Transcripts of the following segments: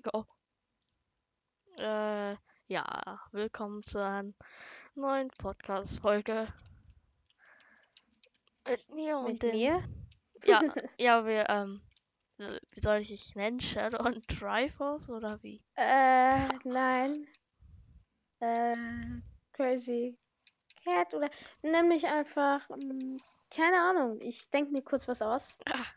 go. Ja, willkommen zu einer neuen Podcast-Folge mit mir und Mit den. mir? Ja, wie soll ich dich nennen? Shadow und Triforce oder wie? Nein. Äh, Crazy Cat oder nenn mich einfach, keine Ahnung. Ich denke mir kurz was aus. Ah,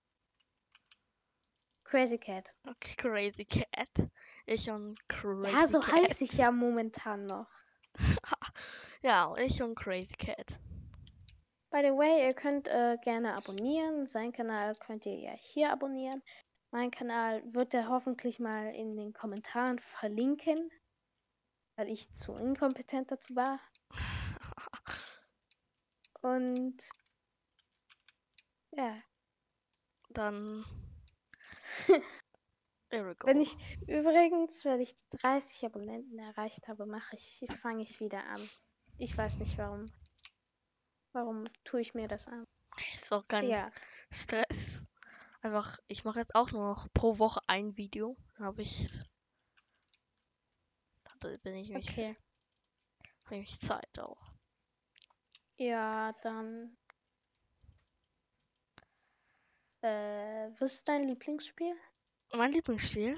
Crazy Cat. okay, Crazy Cat. Ich und Ja, Crazy so Cat. heiße ich ja momentan noch. Ja, und ich und Crazy Cat. By the way, ihr könnt gerne abonnieren. Seinen Kanal könnt ihr ja hier abonnieren. Mein Kanal wird er hoffentlich mal in den Kommentaren verlinken, weil ich zu inkompetent dazu war. Und ja. Dann. Here we go. Wenn ich die 30 Abonnenten erreicht habe, fange ich wieder an. Ich weiß nicht warum. Warum tue ich mir das an? Ist auch kein Ja, Stress. Einfach, ich mache jetzt auch nur noch pro Woche ein Video. Dann habe ich. Dann bin ich mich. okay. Habe ich Zeit auch. Ja, dann. Was ist dein Lieblingsspiel? Mein Lieblingsspiel?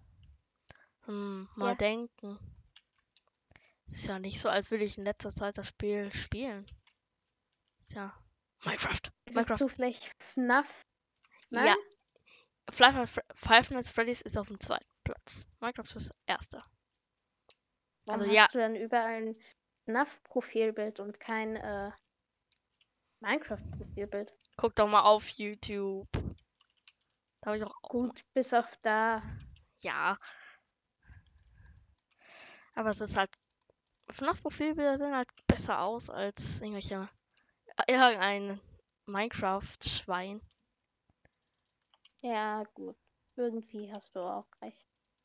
Mal Ja. denken. Ist ja nicht so, als würde ich in letzter Zeit das Spiel spielen. Ist ja Minecraft. Ist es Minecraft. zufällig FNAF? Ja. Nein? Five Nights at Freddy's ist auf dem zweiten Platz. Minecraft ist erster. Also Warum ja, hast du dann überall ein FNAF-Profilbild und kein Minecraft-Profilbild? guck doch mal auf YouTube. Da habe ich auch. Gut, bis auf da. Ja. Aber es ist halt. FNAF-Profilbilder sehen halt besser aus als irgendein Minecraft-Schwein. Ja, gut. Irgendwie hast du auch recht.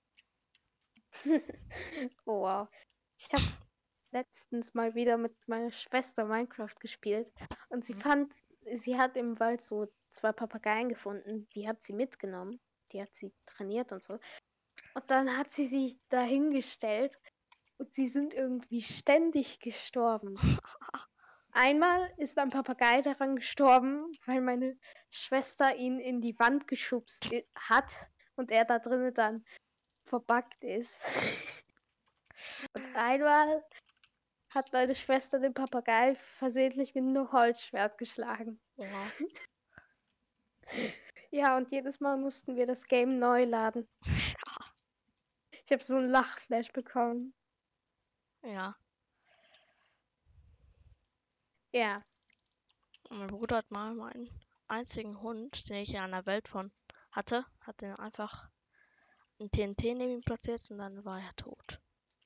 Oh, wow. Ich habe letztens mal wieder mit meiner Schwester Minecraft gespielt und sie hat im Wald so 2 Papageien gefunden, die hat sie mitgenommen, die hat sie trainiert und so. Und dann hat sie sich dahingestellt und sie sind irgendwie ständig gestorben. Einmal ist ein Papagei daran gestorben, weil meine Schwester ihn in die Wand geschubst hat und er da drinnen dann verbuggt ist. Und einmal hat meine Schwester den Papagei versehentlich mit einem Holzschwert geschlagen. Wow. Ja, und jedes Mal mussten wir das Game neu laden. Ich habe so einen Lachflash bekommen. Ja. Ja, Und mein Bruder hat mal meinen einzigen Hund, den ich in einer Welt von hatte, hat den einfach ein TNT neben ihm platziert und dann war er tot.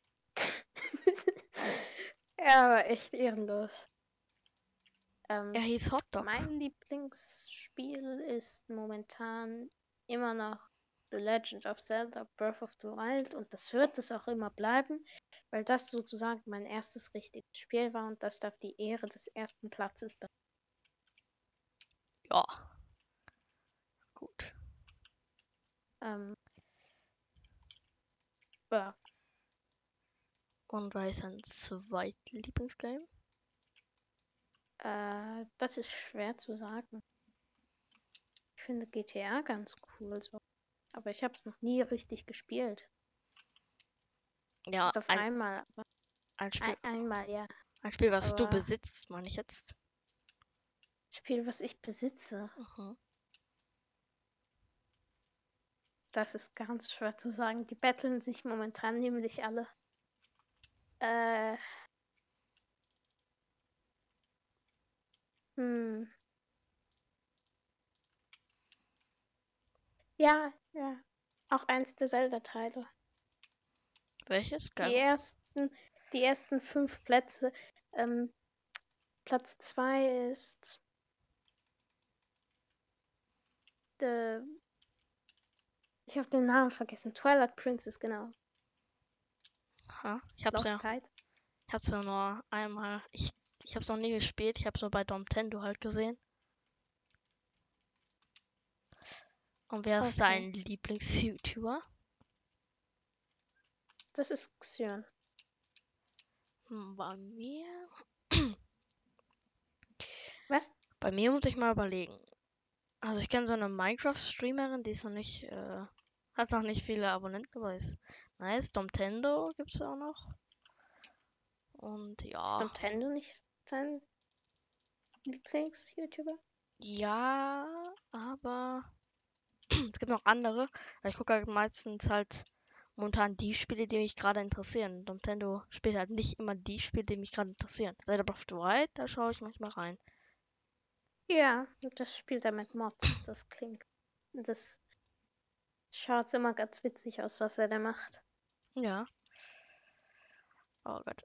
er war echt ehrenlos. Er hieß Hotdog. Mein Lieblingsspiel ist momentan immer noch The Legend of Zelda Breath of the Wild und das wird es auch immer bleiben, weil das sozusagen mein erstes richtiges Spiel war und das darf die Ehre des ersten Platzes behalten. Ja. Gut. Ja. Und was ist dein zweites Lieblingsgame? Das ist schwer zu sagen. Ich finde GTA ganz cool so. Aber ich habe es noch nie richtig gespielt. Ja, Bis auf einmal. Aber ein Spiel, einmal, ja. ein Spiel, was du Aber besitzt, meine ich jetzt. Spiel, was ich besitze, Mhm. das ist ganz schwer zu sagen. Die betteln sich momentan nämlich alle. Äh, hm. Ja, ja. Auch eins der Zelda-Teile. Welches? Die Geil. ersten, die ersten 5 Plätze. Platz 2 ist The, ich habe den Namen vergessen. Twilight Princess, genau. Ha, Lost Tide. ich hab's ja nur einmal. Ich hab's noch nie gespielt. Ich hab's nur bei Domtendo halt gesehen. Und wer ist Okay. dein Lieblings-YouTuber? Das ist Xion. Bei mir. Was? Bei mir muss ich mal überlegen. Also ich kenne so eine Minecraft-Streamerin, die ist noch nicht, hat noch nicht viele Abonnenten, aber ist nice. Domtendo gibt's auch noch. Und Ist ja. Nintendo nicht dein Lieblings-YouTuber? Ja, aber es gibt noch andere. Weil ich gucke halt meistens halt momentan die Spiele, die mich gerade interessieren. Nintendo spielt halt nicht immer die Spiele, die mich gerade interessieren. Zelda Breath of the Wild, da schaue ich manchmal rein. Ja, das spielt er mit Mods. Das klingt. Das schaut immer ganz witzig aus, was er da macht. Ja. Oh Gott.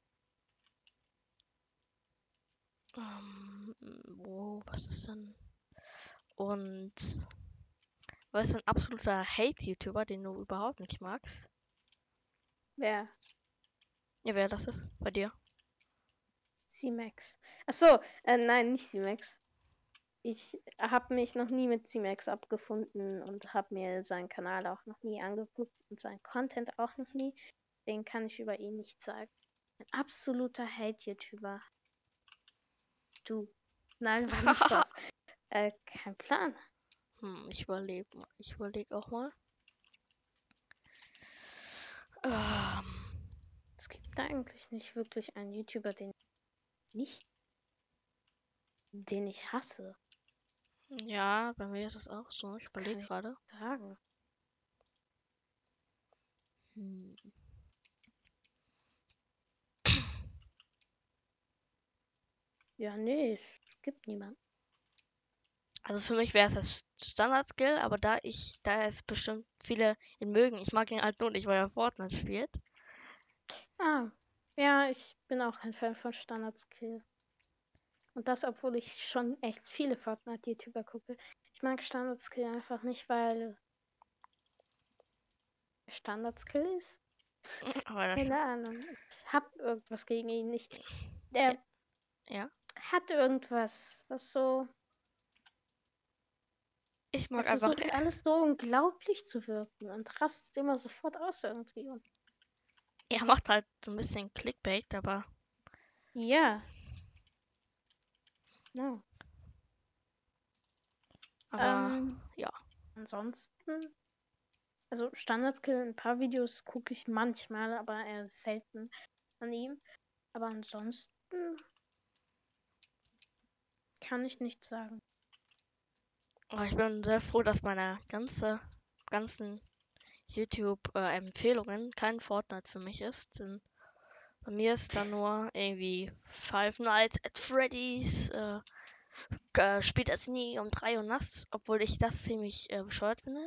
Was ist denn? Und was ist ein absoluter Hate-YouTuber, den du überhaupt nicht magst? Ja, Ja, wer das ist bei dir? C-Max. Achso, nein, nicht C-Max. Ich habe mich noch nie mit C-Max abgefunden und habe mir seinen Kanal auch noch nie angeguckt und seinen Content auch noch nie. Deswegen kann ich über ihn nichts sagen. Ein absoluter Hate-YouTuber. Du. Nein, war nicht Spaß. Kein Plan. Ich überlege auch mal. Ähm, Es gibt da eigentlich nicht wirklich einen YouTuber, nicht, den ich hasse. ja, bei mir ist es auch so. Ich Das kann überlege ich gerade. sagen. Hm. Ja, nee, es gibt niemanden. Also für mich wäre es das Standard-Skill, aber da es bestimmt viele ihn mögen. Ich mag ihn halt nur nicht, weil er Fortnite spielt. Ah, ja, ich bin auch kein Fan von Standard-Skill. Und das, obwohl ich schon echt viele Fortnite-YouTuber gucke. Ich mag Standard-Skill einfach nicht, weil er Standard-Skill ist. Aber das, Keine Ahnung. Ich hab irgendwas gegen ihn nicht. ja, Der ja. hat irgendwas, was so. Ich Er mag einfach, versucht alles so unglaublich zu wirken und rastet immer sofort aus irgendwie. Und er macht halt so ein bisschen Clickbait, aber, ja, no. aber Ähm, ja. ansonsten, also Standard-Skill, ein paar Videos gucke ich manchmal, aber eher selten an ihm. Aber ansonsten kann ich nichts sagen. Aber ich bin sehr froh, dass meine ganzen YouTube-Empfehlungen kein Fortnite für mich ist. Denn bei mir ist da nur irgendwie Five Nights at Freddy's, spielt das nie um 3 Uhr nachts, obwohl ich das ziemlich bescheuert finde.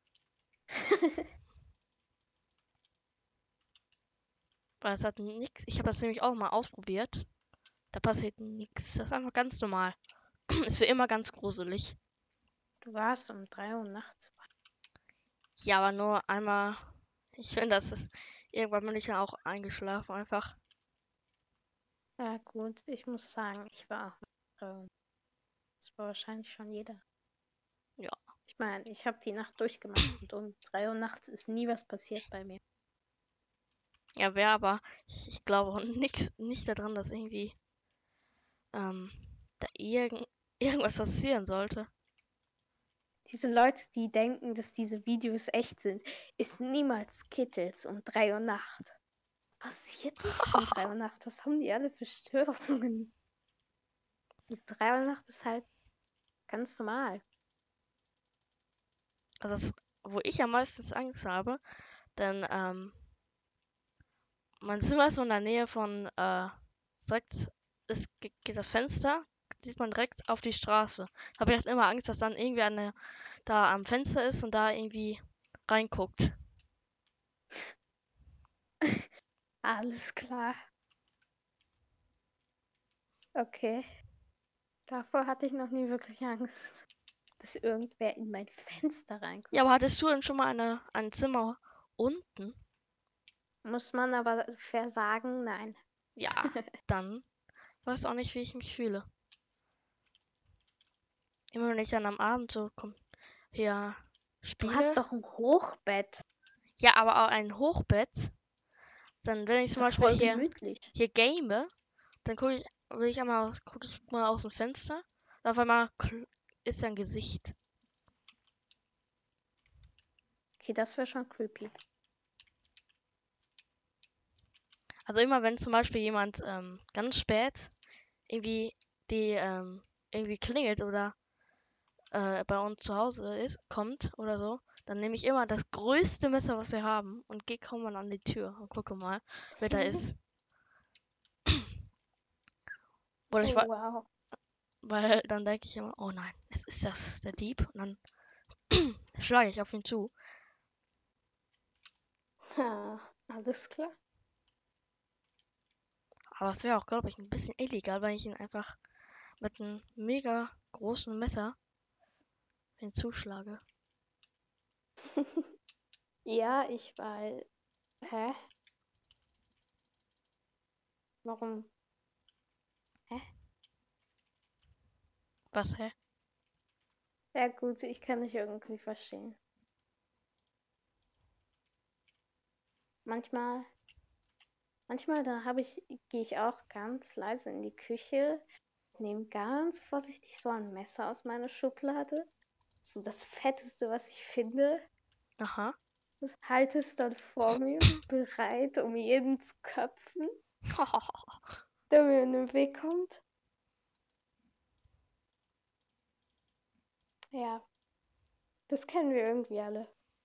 Weil es hat nix. Ich habe das nämlich auch mal ausprobiert. Da passiert nichts. Das ist einfach ganz normal. Ist für immer ganz gruselig. Du warst um 3 Uhr nachts wach. Ja, aber nur einmal. Ich finde, das ist. Irgendwann bin ich ja auch eingeschlafen einfach. Ja, gut, ich muss sagen, ich war auch um 3 Uhr. Das war wahrscheinlich schon jeder. Ja. Ich meine, ich habe die Nacht durchgemacht und um 3 Uhr nachts ist nie was passiert bei mir. Ja, wäre aber. Ich glaube auch nicht daran, dass irgendwie ähm, da irgendwas passieren sollte. Diese Leute, die denken, dass diese Videos echt sind, ist niemals Kittels um 3 Uhr Nacht. Passiert nichts um 3 Uhr Nacht. Was haben die alle für Störungen? Um 3 Uhr Nacht ist halt ganz normal. Also das, wo ich am meisten Angst habe, denn mein Zimmer ist so in der Nähe von direkt geht das Fenster, sieht man direkt auf die Straße. Habe ich halt immer Angst, dass dann irgendwie eine da am Fenster ist und da irgendwie reinguckt. Alles klar. Okay. Davor hatte ich noch nie wirklich Angst, dass irgendwer in mein Fenster Ja, reinguckt. aber hattest du denn schon mal ein Zimmer unten? Muss man aber fair sagen, nein. Ja, dann weißt du auch nicht, wie ich mich fühle. Immer wenn ich dann am Abend so hier Du hast spiele. doch ein Hochbett. Ja, aber auch ein Hochbett. Dann, wenn ich Ist zum doch Beispiel voll gemütlich. hier game, dann gucke ich mal aus dem Fenster und auf einmal ist ein Gesicht. Okay, das wäre schon creepy. Also immer wenn zum Beispiel jemand ganz spät irgendwie die irgendwie klingelt oder bei uns zu Hause kommt oder so, dann nehme ich immer das größte Messer, was wir haben und gehe kaum mal an die Tür und gucke mal, wer da ist. Oder Oh, wow. weil dann denke ich immer, oh nein, es ist das der Dieb und dann schlage ich auf ihn zu. Ha, alles klar. Aber es wäre auch, glaube ich, ein bisschen illegal, wenn ich ihn einfach mit einem mega großen Messer hinzuschlage. Ja, ich weiß. Hä? Warum? Hä? Was, hä? Ja, gut, ich kann dich irgendwie verstehen. Manchmal, manchmal, gehe ich auch ganz leise in die Küche, nehme ganz vorsichtig so ein Messer aus meiner Schublade, so das Fetteste, was ich finde, Aha. halte es dann vor mir, bereit, um jeden zu köpfen, der mir in den Weg kommt. Ja, das kennen wir irgendwie alle.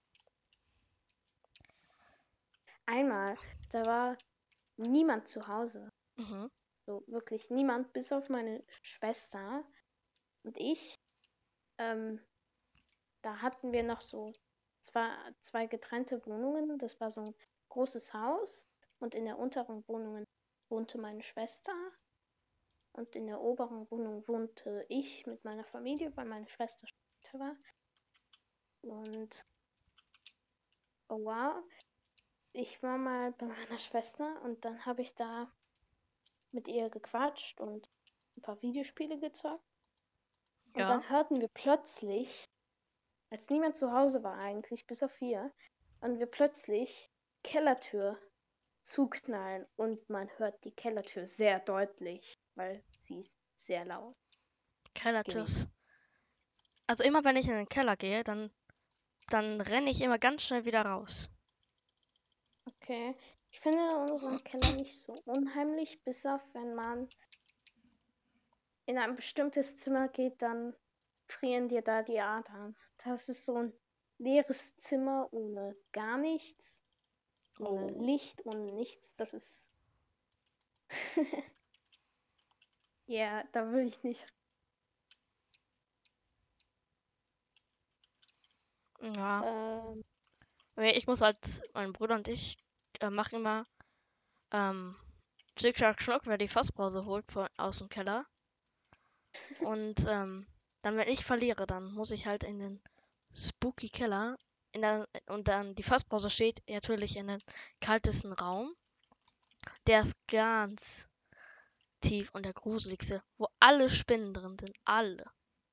Einmal, da war niemand zu Hause. Mhm. So wirklich niemand, bis auf meine Schwester und ich. Ähm, Da hatten wir noch so zwei getrennte Wohnungen. Das war so ein großes Haus. Und in der unteren Wohnung wohnte meine Schwester. Und in der oberen Wohnung wohnte ich mit meiner Familie, weil meine Schwester später war. Und oh wow, ich war mal bei meiner Schwester und dann habe ich da mit ihr gequatscht und ein paar Videospiele gezockt. Und Ja. dann hörten wir plötzlich, als niemand zu Hause war eigentlich, bis auf wir, und wir plötzlich Kellertür zuknallen und man hört die Kellertür sehr deutlich, weil sie ist sehr laut gewesen. Kellertürs. Also immer wenn ich in den Keller gehe, dann renne ich immer ganz schnell wieder raus. Okay, ich finde unseren Keller nicht so unheimlich, bis auf wenn man in ein bestimmtes Zimmer geht, dann frieren dir da die Adern. Das ist so ein leeres Zimmer ohne gar nichts, ohne Oh. Licht, ohne nichts. Das ist ja, da will ich nicht. Ja. Ähm, Aber ich muss halt, mein Bruder und ich machen immer ähm, Schick, Schnack, Schnuck, wer die Fassbrause holt aus dem Keller. Und dann, wenn ich verliere, dann muss ich halt in den Spooky Keller. Und dann die Fassbrause steht natürlich in den kaltesten Raum. Der ist ganz tief und der gruseligste, wo alle Spinnen drin sind. Alle.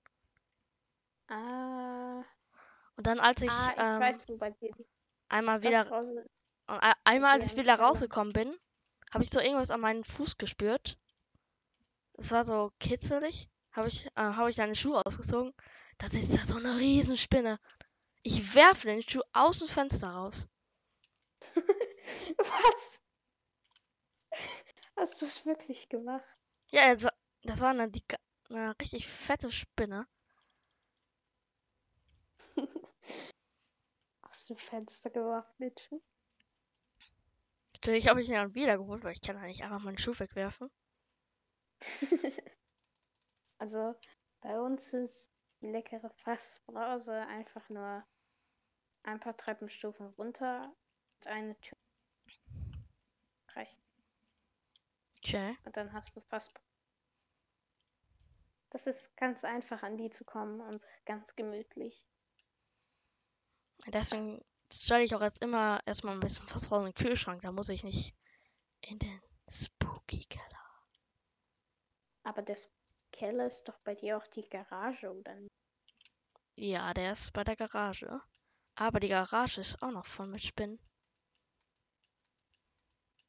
ah, Und dann, als ich ich weiß, wo bei dir die einmal wieder, Frostbrause ist, bei einmal als dir ich im wieder Keller. rausgekommen bin, habe ich so irgendwas an meinen Fuß gespürt. Es war so kitzelig. Hab ich deine Schuhe ausgezogen. Da sitzt da so eine Riesenspinne. Ich werfe den Schuh aus dem Fenster raus. Was? Hast du es wirklich gemacht? Ja, das war eine richtig fette Spinne. Aus dem Fenster geworfen, den Schuh? Natürlich habe ich ihn dann wiedergeholt, weil ich kann ja nicht einfach meinen Schuh wegwerfen. Also, bei uns ist die leckere Fassbrause einfach nur ein paar Treppenstufen runter und eine Tür reicht. Okay. Und dann hast du Fassbrause. Das ist ganz einfach, an die zu kommen und ganz gemütlich. Deswegen stelle ich auch jetzt immer erstmal ein bisschen was vor in den Kühlschrank. Da muss ich nicht in den Spooky Keller. Aber der Keller ist doch bei dir auch die Garage, oder nicht? Ja, der ist bei der Garage. Aber die Garage ist auch noch voll mit Spinnen.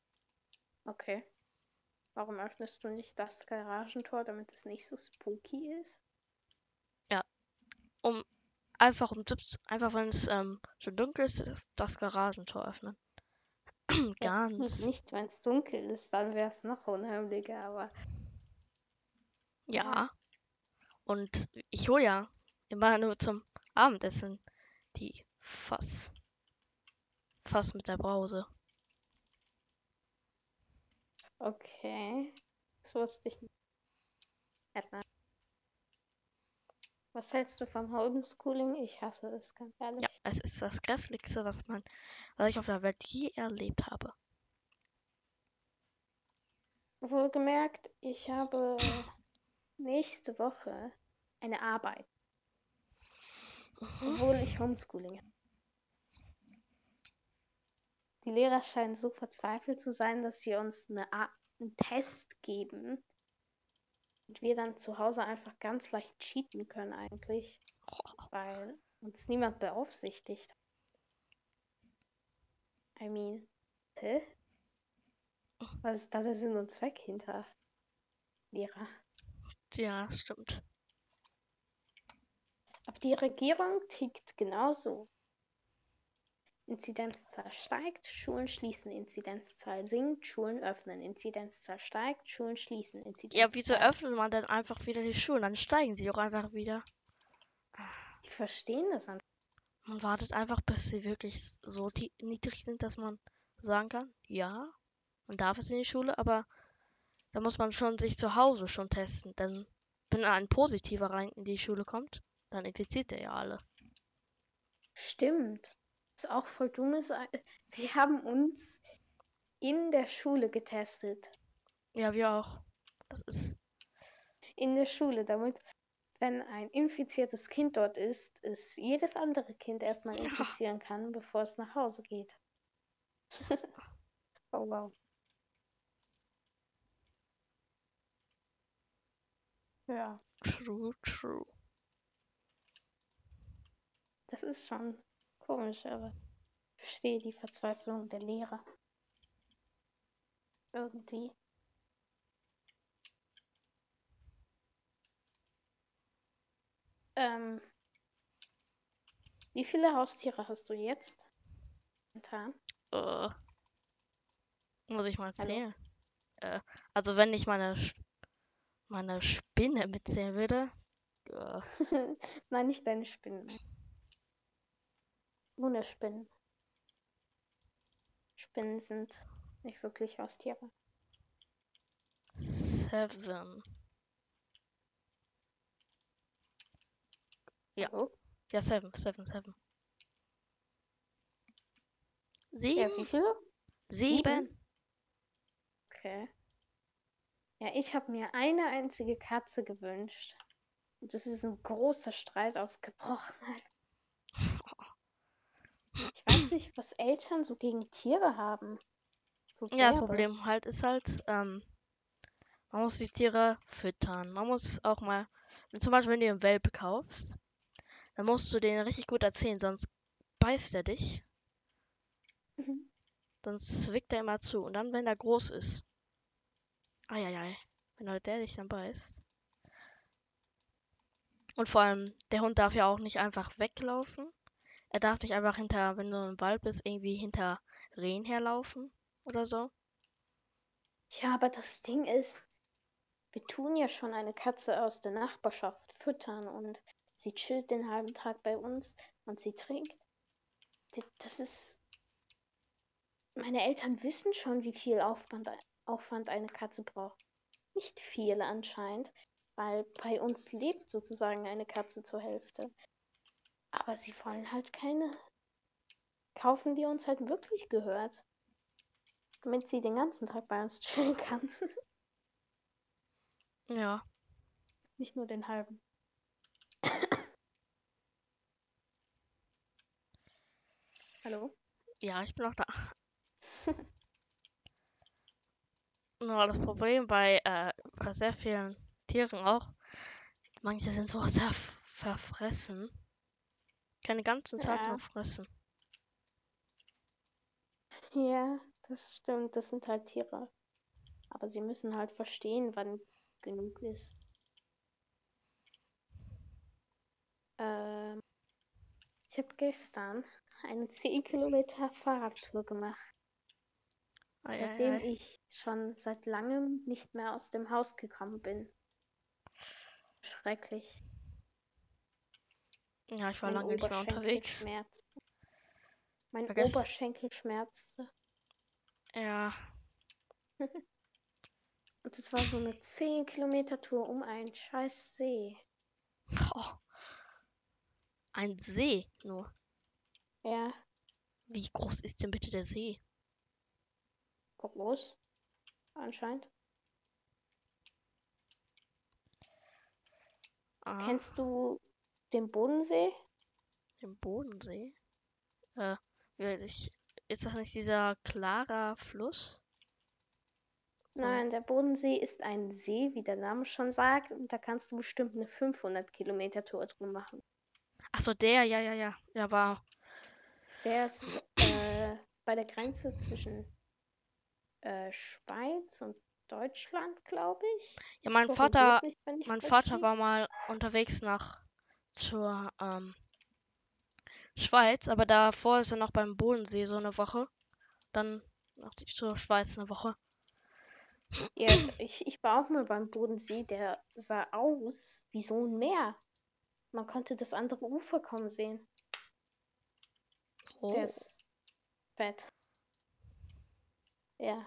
Okay. Warum öffnest du nicht das Garagentor, damit es nicht so spooky ist? Ja, um einfach wenn es schon dunkel ist, das Garagentor öffnen. Ja, gut, Ganz. nicht, wenn es dunkel ist, dann wäre es noch unheimlicher, aber ja. Ja. Und ich hole ja immer nur zum Abendessen die Fass mit der Brause. Okay. Das wusste ich nicht. Edna. Was hältst du vom Homeschooling? Ich hasse es, ganz Ja, ehrlich. es ist das Grässlichste, was ich auf der Welt je erlebt habe. Wohlgemerkt, ich habe nächste Woche eine Arbeit, Mhm. obwohl ich Homeschooling habe. Die Lehrer scheinen so verzweifelt zu sein, dass sie uns einen Test geben und wir dann zu Hause einfach ganz leicht cheaten können eigentlich, weil uns niemand beaufsichtigt. I mean, hä? Was ist da der Sinn und Zweck hinter Lehrer? Ja, das stimmt. Aber die Regierung tickt genauso. Inzidenzzahl steigt, Schulen schließen, Inzidenzzahl sinkt, Schulen öffnen, Inzidenzzahl steigt, Schulen schließen, Ja, wieso Inzidenzzahl. öffnet man dann einfach wieder die Schulen? Dann steigen sie doch einfach wieder. Die verstehen das an. Man wartet einfach, bis sie wirklich so niedrig sind, dass man sagen kann, ja, man darf es in die Schule, aber da muss man schon sich zu Hause schon testen. Denn wenn ein Positiver rein in die Schule kommt, dann infiziert er ja alle. Stimmt. Was auch voll dumm ist, wir haben uns in der Schule getestet. Ja, wir auch. Das ist. In der Schule, damit, wenn ein infiziertes Kind dort ist, es jedes andere Kind erstmal Ja, infizieren kann, bevor es nach Hause geht. Oh wow. Ja, true, true. das ist schon komisch, aber ich verstehe die Verzweiflung der Lehrer irgendwie. Ähm, Wie viele Haustiere hast du jetzt momentan? Äh, muss ich mal Hallo? zählen. Äh, also wenn ich meine Spinne mitzählen würde, äh, Nein, nicht deine Spinnen. Ohne Spinnen. Spinnen sind nicht wirklich Haustiere. 7. Ja, Hallo? ja, 7. Ja, wie 7. viele? 7? 7. Okay. Ja, ich habe mir eine einzige Katze gewünscht. Und es ist ein großer Streit ausgebrochen. Ich weiß nicht, was Eltern so gegen Tiere haben. So Ja, das derbe. Problem halt ist halt, man muss die Tiere füttern. Man muss auch mal, zum Beispiel wenn du einen Welpe kaufst, dann musst du den richtig gut erzählen, sonst beißt er dich. Mhm. Sonst zwickt er immer zu. Und dann, wenn er groß ist, eieiei, wenn halt der dich dann beißt. Und vor allem, der Hund darf ja auch nicht einfach weglaufen. Er darf nicht einfach hinter, wenn du im Wald bist, irgendwie hinter Rehen herlaufen oder so. Ja, aber das Ding ist, wir tun ja schon eine Katze aus der Nachbarschaft füttern und sie chillt den halben Tag bei uns und sie trinkt. Das ist. Meine Eltern wissen schon, wie viel Aufwand eine Katze braucht. Nicht viel anscheinend, weil bei uns lebt sozusagen eine Katze zur Hälfte. Aber sie wollen halt keine kaufen, die uns halt wirklich gehört, damit sie den ganzen Tag bei uns chillen kann. Ja, Nicht nur den halben. Hallo? ja, ich bin auch da. Nur das Problem bei sehr vielen Tieren auch, manche sind so sehr verfressen. Keine ganzen Tag nur Ja, fressen. ja, das stimmt. Das sind halt Tiere. Aber sie müssen halt verstehen, wann genug ist. Ich habe gestern eine 10 Kilometer Fahrradtour gemacht, nachdem Eieiei. ich schon seit langem nicht mehr aus dem Haus gekommen bin. Schrecklich. Ja, ich war Mein lange nicht mehr Oberschenkel unterwegs. schmerzt. Mein Vergesst. Oberschenkel schmerzte. Ja. Und es war so eine 10 Kilometer Tour um einen scheiß See. Oh, ein See nur. Ja, Wie groß ist denn bitte der See? groß, anscheinend. Ah, Kennst du den Bodensee? im Bodensee? Äh, ist das nicht dieser klarer Fluss? So ein, Nein, der Bodensee ist ein See, wie der Name schon sagt, und da kannst du bestimmt eine 500 Kilometer Tour drum machen. ach so, der, ja, ja, ja. Der war. Der ist bei der Grenze zwischen Schweiz und Deutschland, glaube ich. Ja, Korrigiert mich, wenn ich mein falsch Vater liege. war mal unterwegs zur Schweiz, aber davor ist er noch beim Bodensee so eine Woche. Dann zur Schweiz eine Woche. Ja, ich war auch mal beim Bodensee, der sah aus wie so ein Meer. Man konnte das andere Ufer kaum sehen. Der Oh. ist fett. Ja.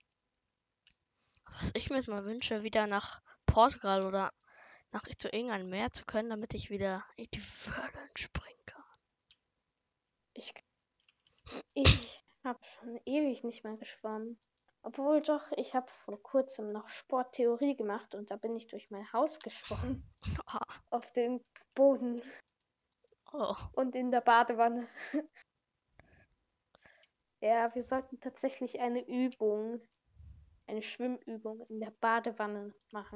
Was ich mir jetzt mal wünsche, wieder nach Portugal oder zu irgendeinem Meer zu können, damit ich wieder in die Wellen springen kann. Ich, ich habe schon ewig nicht mehr geschwommen. Obwohl doch, ich habe vor kurzem noch Sporttheorie gemacht und da bin ich durch mein Haus geschwommen. Ah, Auf den Boden oh, und in der Badewanne. Ja, wir sollten tatsächlich eine Schwimmübung in der Badewanne machen.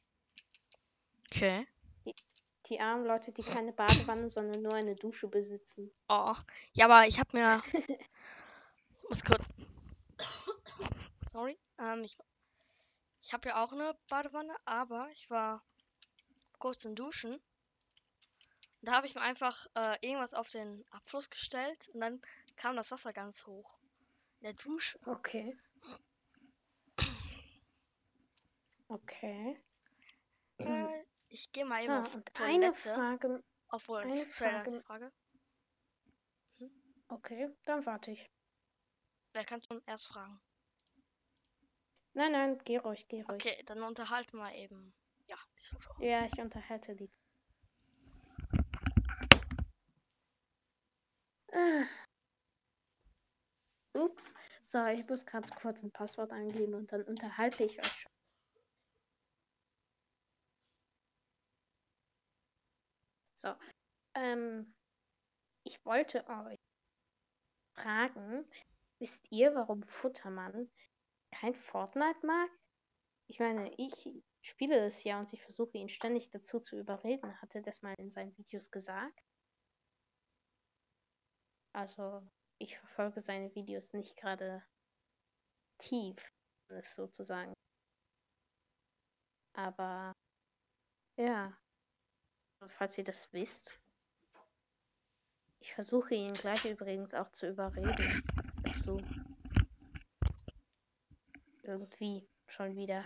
okay. Die, die armen Leute, die keine Badewanne, sondern nur eine Dusche besitzen. Oh. Ja, aber ich habe mir. Muss kurz. Sorry. Ich habe ja auch eine Badewanne, aber ich war kurz in Duschen. Da habe ich mir einfach irgendwas auf den Abfluss gestellt und dann kam das Wasser ganz hoch. In der Dusche. Okay. Okay. Ich gehe mal So, eben auf und Toilette. Obwohl, ich eine stelle erst die Frage. Frage. Hm? Okay, dann warte ich. Wer kann schon erst fragen? Nein, nein, geh ruhig, geh ruhig. Okay, dann unterhalten wir eben. Ja, die Zuschauer. Ja, ich unterhalte die. Ah, ups. So, ich muss gerade kurz ein Passwort eingeben und dann unterhalte ich euch schon. So, ich wollte euch fragen, wisst ihr, warum Futtermann kein Fortnite mag? Ich meine, ich spiele es ja und ich versuche ihn ständig dazu zu überreden, hat er das mal in seinen Videos gesagt. Also, ich verfolge seine Videos nicht gerade tief, um es sozusagen. Aber ja, falls ihr das wisst, ich versuche ihn gleich übrigens auch zu überreden dazu. Irgendwie schon wieder.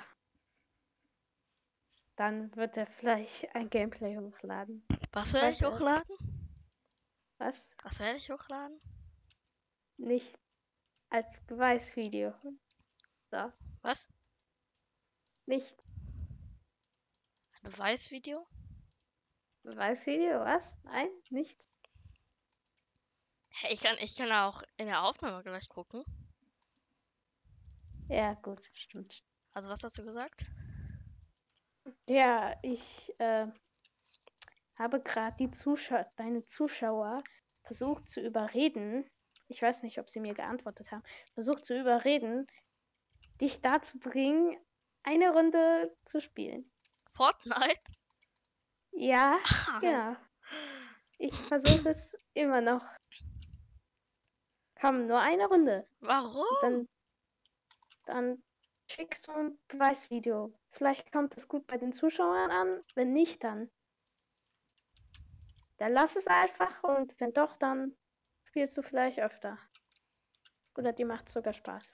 Dann wird er vielleicht ein Gameplay hochladen. Was werde Weiß ich er. hochladen? Was? Was werde ich hochladen? Nicht als Beweisvideo. So. Was? Nicht Ein Beweisvideo? Beweisvideo, was? Nein, nichts. Hey, ich kann auch in der Aufnahme gleich gucken. Ja, gut, stimmt. Also, was hast du gesagt? Ja, ich habe gerade deine Zuschauer versucht zu überreden. Ich weiß nicht, ob sie mir geantwortet haben. Versucht zu überreden, dich dazu bringen, eine Runde zu spielen. Fortnite? Ja, Ah, genau. Ich versuche es immer noch. Komm, nur eine Runde. Und warum? dann Schickst du ein Beweisvideo. Vielleicht kommt es gut bei den Zuschauern an. Wenn nicht, dann lass es einfach und wenn doch, dann spielst du vielleicht öfter. Oder dir macht sogar Spaß.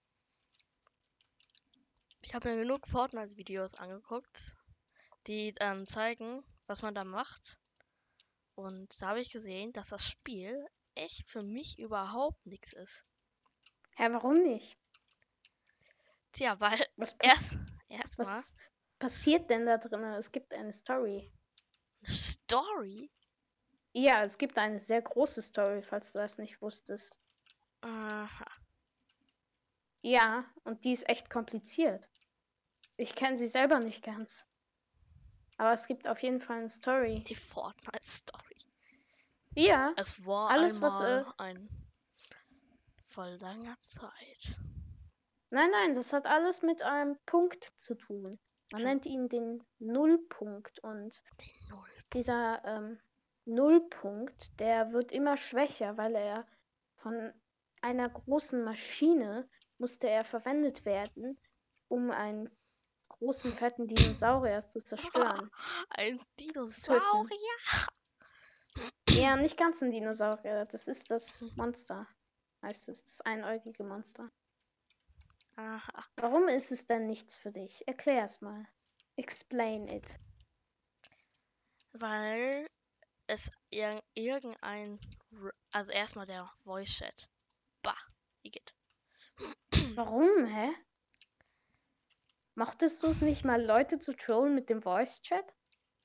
Ich habe mir genug Fortnite-Videos angeguckt, die zeigen, was man da macht. Und da habe ich gesehen, dass das Spiel echt für mich überhaupt nichts ist. Ja, warum nicht? Tja, weil Was, pass erstmal was passiert denn da drin? Es gibt eine Story. eine Story. Ja, es gibt eine sehr große Story, falls du das nicht wusstest. Aha, Ja, und die ist echt kompliziert. Ich kenne sie selber nicht ganz. Aber es gibt auf jeden Fall eine Story. die Fortnite-Story. Ja, Es war alles, was. einmal ein vor langer Zeit. Nein, das hat alles mit einem Punkt zu tun. Man nennt ihn den Nullpunkt. Und Den Null. dieser Nullpunkt, der wird immer schwächer, weil er von einer großen Maschine musste er verwendet werden, um einen großen, fetten Dinosaurier zu zerstören, Ein zu töten. Dinosaurier. Ja, nicht ganz ein Dinosaurier, das ist das Monster, heißt es, das einäugige Monster. Aha. Warum ist es denn nichts für dich? Erklär's mal. Explain it. Weil es irgendein. Also erstmal der Voice Chat. Bah, Igitt. Warum, hä? Mochtest du es nicht mal, Leute zu trollen mit dem Voice-Chat?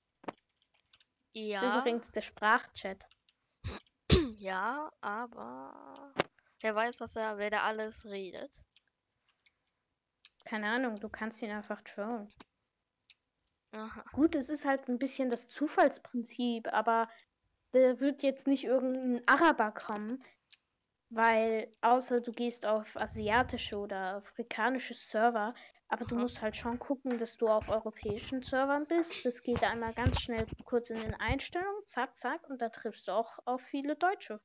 Ist Ja, übrigens der Sprachchat. ja, aber wer weiß, wer da alles redet. Keine Ahnung, du kannst ihn einfach trollen. Aha. Gut, es ist halt ein bisschen das Zufallsprinzip, aber da wird jetzt nicht irgendein Araber kommen, weil außer du gehst auf asiatische oder afrikanische Server, aber du Aha. musst halt schon gucken, dass du auf europäischen Servern bist. Das geht einmal ganz schnell kurz in den Einstellungen, zack, zack, und da triffst du auch auf viele Deutsche.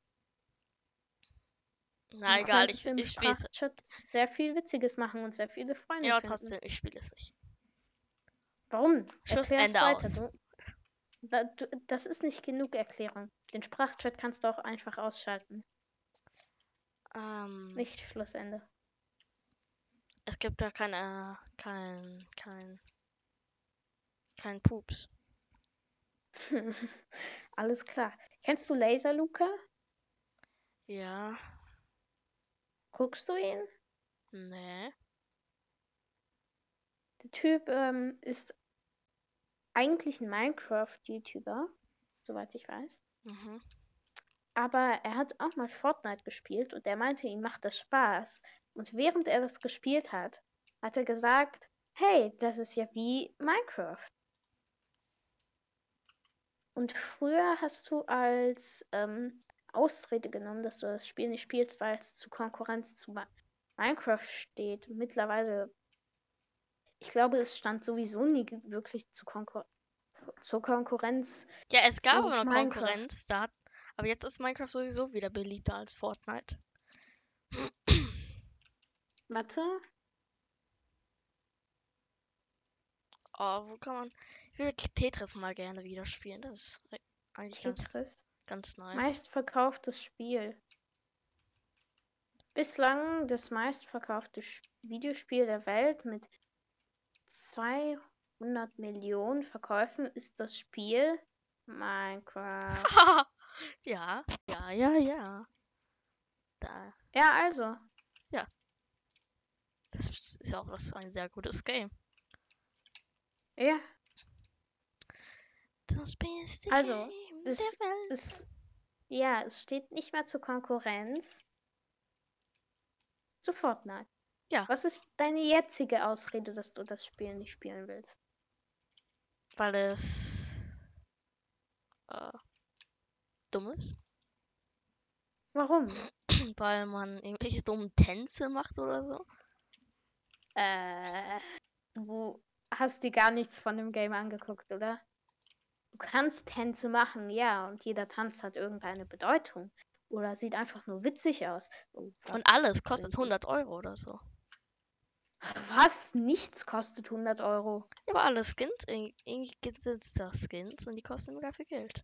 Und Na du egal, könntest im ich spiele es. Sprachchat sehr viel Witziges machen und sehr viele Freunde Ja, finden. trotzdem, ich spiele es nicht. Warum? Schluss, Erklär es Ende weiter. aus. Das ist nicht genug Erklärung. Den Sprachchat kannst du auch einfach ausschalten. Ähm, Nicht Schlussende. Es gibt da kein Pups. Alles klar. Kennst du Laser Luca? Ja, Guckst du ihn? nee. Der Typ ist eigentlich ein Minecraft-YouTuber, soweit ich weiß. Mhm. Aber er hat auch mal Fortnite gespielt und er meinte, ihm macht das Spaß. Und während er das gespielt hat, hat er gesagt, hey, das ist ja wie Minecraft. Und früher hast du als Ausrede genommen, dass du das Spiel nicht spielst, weil es zu Konkurrenz zu Minecraft steht. Mittlerweile, ich glaube, es stand sowieso nie wirklich zur Konkurrenz Ja, es gab zu aber eine Minecraft. Konkurrenz, aber jetzt ist Minecraft sowieso wieder beliebter als Fortnite. Warte, Oh, wo kann man. Ich würde Tetris mal gerne wieder spielen. Das ist eigentlich Tetris. ganz nice. Meistverkauftes Spiel. Bislang das meistverkaufte Videospiel der Welt mit 200 Millionen Verkäufen ist das Spiel Minecraft. Ja, ja. Da, Ja, also. ja. Das ist ja auch ein sehr gutes Game. Ja, Das beste also. Game der Es, Welt. es steht nicht mehr zur Konkurrenz zu Fortnite. Ja, Was ist deine jetzige Ausrede, dass du das Spiel nicht spielen willst? weil es äh, dumm ist. Warum? Weil man irgendwelche dummen Tänze macht oder so. Äh, du hast dir gar nichts von dem Game angeguckt, oder? Du kannst Tänze machen, ja, und jeder Tanz hat irgendeine Bedeutung. Oder sieht einfach nur witzig aus. Oh, Und alles kostet irgendwie. 100 € oder so. Was? Nichts kostet 100 Euro. Ja, aber alle Skins, irgendwie sind es da Skins und die kosten mega viel Geld.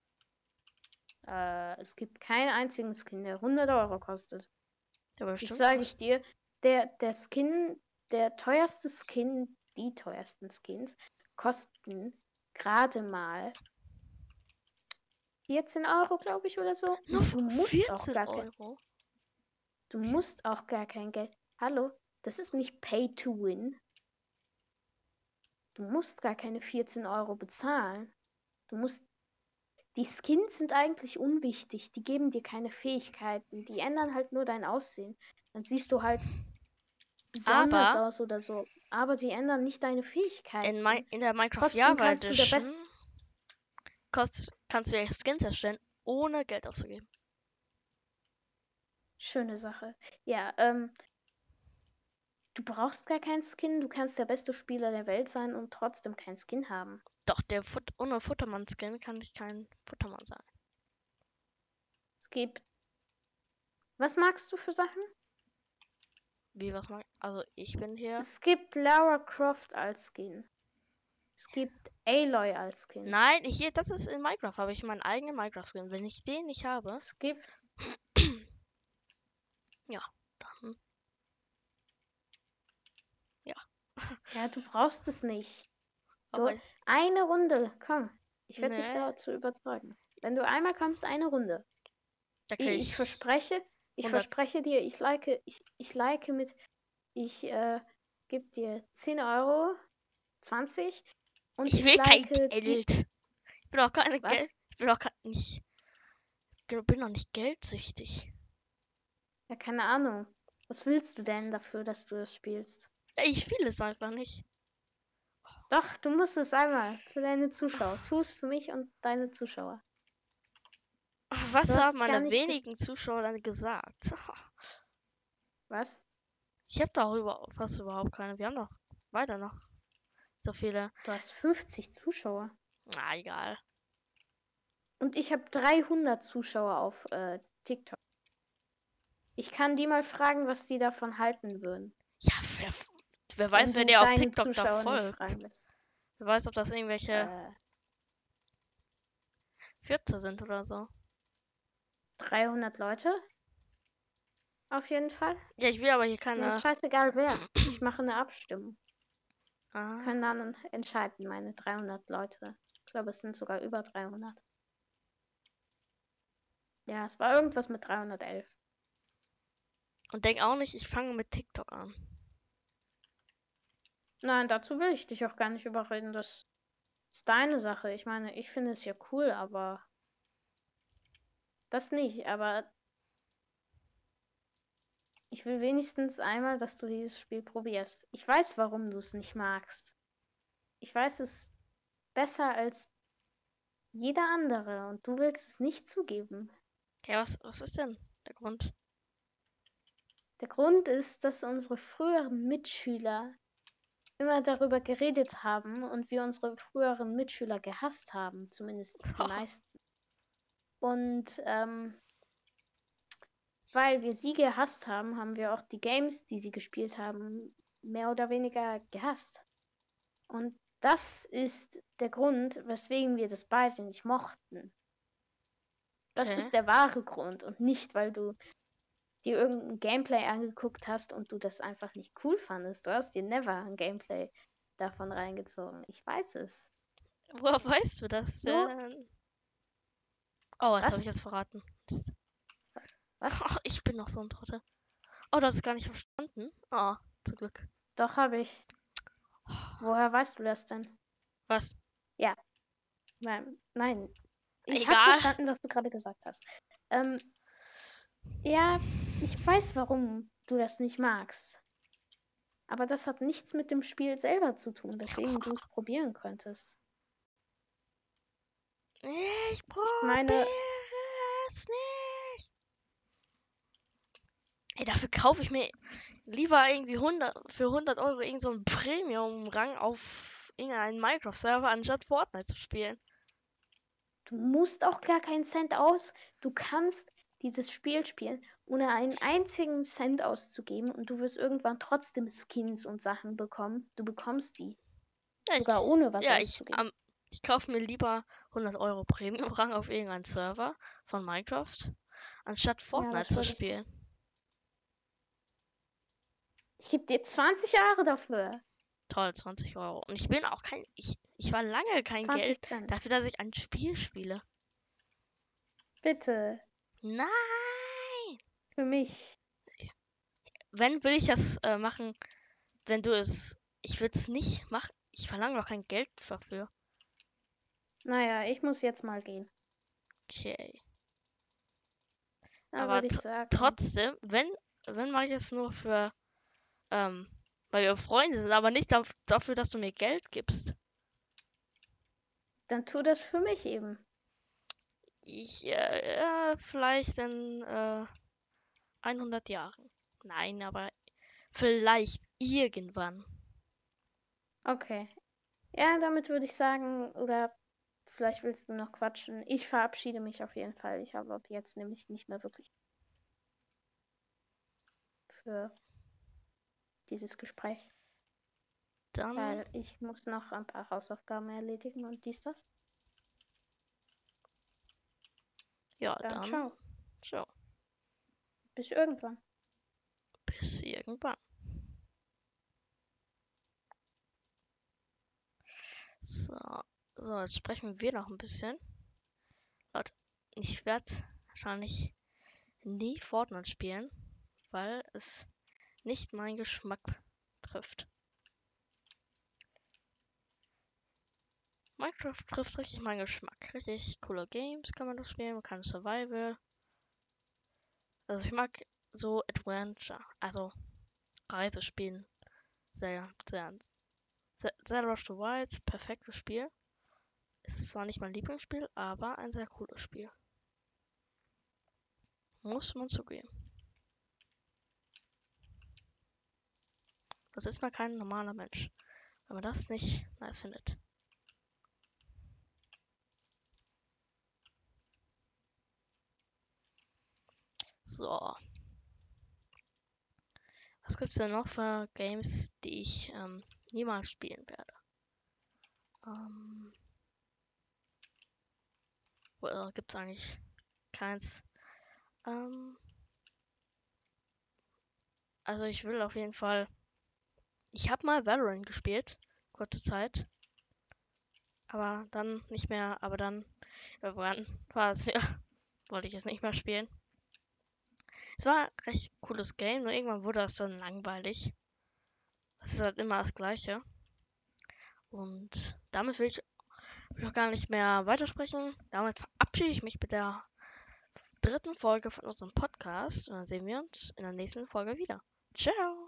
Es gibt keinen einzigen Skin, der 100 Euro kostet. Ja, aber Das bestimmt sage ich dir. Der Skin, der teuerste Skin, die teuersten Skins, kosten gerade mal 14 Euro, glaube ich, oder so. nur Und du musst auch 14 gar kein, Euro. du musst auch gar kein Geld. Hallo, das ist nicht Pay to Win. Du musst gar keine 14 Euro bezahlen. Du musst. Die Skins sind eigentlich unwichtig. Die geben dir keine Fähigkeiten. Die ändern halt nur dein Aussehen. Dann siehst du halt besonders Aber aus oder so. Aber sie ändern nicht deine Fähigkeiten. in der Minecraft Trotzdem Java kannst du der Edition Beste. kannst du ja Skins erstellen, ohne Geld auszugeben. Schöne Sache. Ja, du brauchst gar keinen Skin. Du kannst der beste Spieler der Welt sein und trotzdem keinen Skin haben. Doch, ohne Futtermann-Skin kann ich kein Futtermann sein. Es gibt. Was magst du für Sachen? Wie, was mag. Also, ich bin hier. Es gibt Lara Croft als Skin. Es gibt Aloy als Skin. Nein, das ist in Minecraft, habe ich meinen eigenen Minecraft-Skin. Wenn ich den nicht habe, Es gibt. ja, dann. Ja. Ja, du brauchst es nicht. Du, Aber, eine Runde, komm. Ich werde dich ne, dazu überzeugen. Wenn du einmal kommst, eine Runde. da krieg Ich verspreche, ich 100. verspreche dir, ich like mit, ich gebe dir 10 Euro, 20 und Ich ich will kein like die, Geld. Ich bin auch keine was? Geld. Ich bin auch nicht. Bin noch nicht geldsüchtig. Ja, keine Ahnung. Was willst du denn dafür, dass du das spielst? Ich spiele es einfach nicht. Doch, du musst es einmal für deine Zuschauer. Tu es für mich und deine Zuschauer. Du Was haben hast gar meine nicht wenigen Zuschauer dann gesagt? was? Ich habe darüber fast überhaupt keine. Wir haben noch weiter noch so viele. Du hast 50 Zuschauer. Na, egal. Und ich habe 300 Zuschauer auf TikTok. Ich kann die mal fragen, was die davon halten würden. Ja, wer Wenn weiß, wer du dir auf deine TikTok da Zuschauer nicht folgt. fragen willst. Wer weiß, ob das irgendwelche Äh, 14 sind oder so. 300 Leute? Auf jeden Fall. Ja, ich will aber hier Mir ist keine. scheißegal wer. Ich mache eine Abstimmung. Ah, Können dann entscheiden, meine 300 Leute. Ich glaube, es sind sogar über 300. Ja, es war irgendwas mit 311. und denk auch nicht, ich fange mit TikTok an. Nein, dazu will ich dich auch gar nicht überreden. Das ist deine Sache. Ich meine, ich finde es ja cool, aber das nicht. Aber ich will wenigstens einmal, dass du dieses Spiel probierst. Ich weiß, warum du es nicht magst. Ich weiß es besser als jeder andere und du willst es nicht zugeben. Ja, was ist denn der Grund? Der Grund ist, dass unsere früheren Mitschüler immer darüber geredet haben und wir unsere früheren Mitschüler gehasst haben, zumindest die meisten. Und weil wir sie gehasst haben, haben wir auch die Games, die sie gespielt haben, mehr oder weniger gehasst. Und das ist der Grund, weswegen wir das beide nicht mochten. Das Okay. ist der wahre Grund und nicht, weil du dir irgendein Gameplay angeguckt hast und du das einfach nicht cool fandest. Du hast dir never ein Gameplay davon reingezogen. Ich weiß es. Woher weißt du das Nur, denn? Oh, was habe was? ich jetzt verraten? Was? Oh, ich bin noch so ein Trottel. Oh, du hast es gar nicht verstanden? Oh, zum Glück. Doch, habe ich. Woher weißt du das denn? Was? Ja, nein. Ich habe Egal. verstanden, was du gerade gesagt hast. Ja, ich weiß, warum du das nicht magst. Aber das hat nichts mit dem Spiel selber zu tun, weswegen du es probieren könntest. Ich Ich probiere meine, es nicht. Ey, dafür kaufe ich mir lieber irgendwie für 100 Euro irgend so einen Premium-Rang auf irgendeinen Minecraft-Server, anstatt Fortnite zu spielen. du musst auch gar keinen Cent aus. Du kannst dieses Spiel spielen, ohne einen einzigen Cent auszugeben und du wirst irgendwann trotzdem Skins und Sachen bekommen. Du bekommst die, Ja, sogar ohne was ja, auszugeben. ich kaufe mir lieber 100 Euro Premium-Rang auf irgendeinen Server von Minecraft, anstatt Ja, Fortnite das zu würde ich auch. spielen. Ich gebe dir 20 Jahre dafür. Toll, 20 Euro. Und ich bin auch ich war lange kein 20 Geld Cent. dafür, dass ich ein Spiel spiele. Bitte. Nein! Für mich. Wenn will ich das machen, wenn du es. Ich würde es nicht machen. Ich verlange doch kein Geld dafür. Naja, ich muss jetzt mal gehen. Okay. Da Aber würde ich sagen. trotzdem, wenn mache ich es nur für, weil wir Freunde sind, aber nicht dafür, dass du mir Geld gibst. Dann tu das für mich eben. Vielleicht in 100 Jahren. Nein, aber vielleicht irgendwann. Okay. Ja, damit würde ich sagen, oder vielleicht willst du noch quatschen. Ich verabschiede mich auf jeden Fall. Ich habe ab jetzt nämlich nicht mehr wirklich für dieses Gespräch, Dann, weil ich muss noch ein paar Hausaufgaben erledigen und dies, das. ja, Dann dann, ciao. so, Bis irgendwann. bis irgendwann. So, so, jetzt sprechen wir noch ein bisschen. Leute, ich werde wahrscheinlich nie Fortnite spielen, weil es nicht meinen Geschmack trifft. Minecraft trifft richtig meinen Geschmack. Richtig coole Games kann man da spielen, man kann Survival. Also ich mag so Adventure, also Reisespielen sehr, sehr. Zelda Rush the Wilds, perfektes Spiel. Es ist zwar nicht mein Lieblingsspiel, aber ein sehr cooles Spiel. Muss man zugeben. Das ist mal kein normaler Mensch, wenn man das nicht nice findet. So. Was gibt's denn noch für Games, die ich niemals spielen werde? Gibt's eigentlich keins. Also ich will auf jeden Fall. Ich habe mal Valorant gespielt, kurze Zeit. Aber dann nicht mehr, aber dann irgendwann war es wieder, wollte ich es nicht mehr spielen. Es war ein recht cooles Game, nur irgendwann wurde es dann langweilig. Es ist halt immer das Gleiche. Und damit will ich auch gar nicht mehr weitersprechen. Damit verabschiede ich mich mit der dritten Folge von unserem Podcast. Und dann sehen wir uns in der nächsten Folge wieder. Ciao!